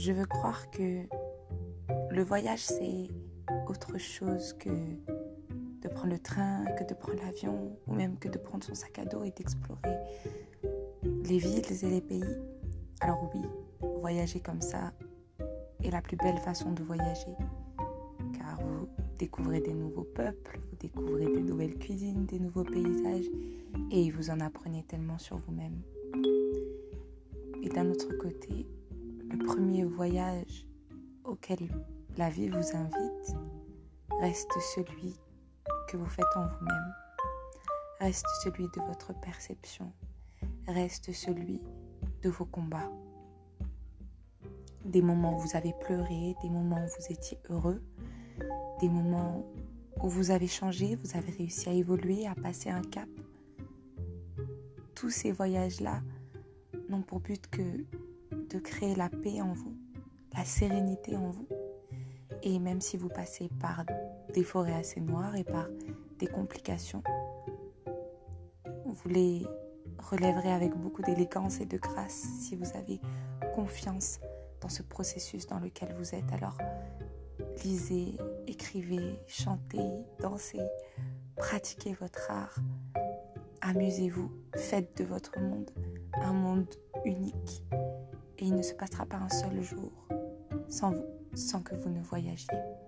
Je veux croire que le voyage, c'est autre chose que de prendre le train, que de prendre l'avion, ou même que de prendre son sac à dos et d'explorer les villes et les pays. Alors oui, voyager comme ça est la plus belle façon de voyager, car vous découvrez des nouveaux peuples, vous découvrez des nouvelles cuisines, des nouveaux paysages, et vous en apprenez tellement sur vous-même. Et d'un autre côté, le premier voyage auquel la vie vous invite reste celui que vous faites en vous-même, reste celui de votre perception, reste celui de vos combats. Des moments où vous avez pleuré, des moments où vous étiez heureux, des moments où vous avez changé, vous avez réussi à évoluer, à passer un cap. Tous ces voyages-là n'ont pour but que de créer la paix en vous, la sérénité en vous. Et même si vous passez par des forêts assez noires et par des complications, vous les relèverez avec beaucoup d'élégance et de grâce si vous avez confiance dans ce processus dans lequel vous êtes. Alors, lisez, écrivez, chantez, dansez, pratiquez votre art, amusez-vous, faites de votre monde un monde unique. Et il ne se passera pas un seul jour sans que vous ne voyagiez.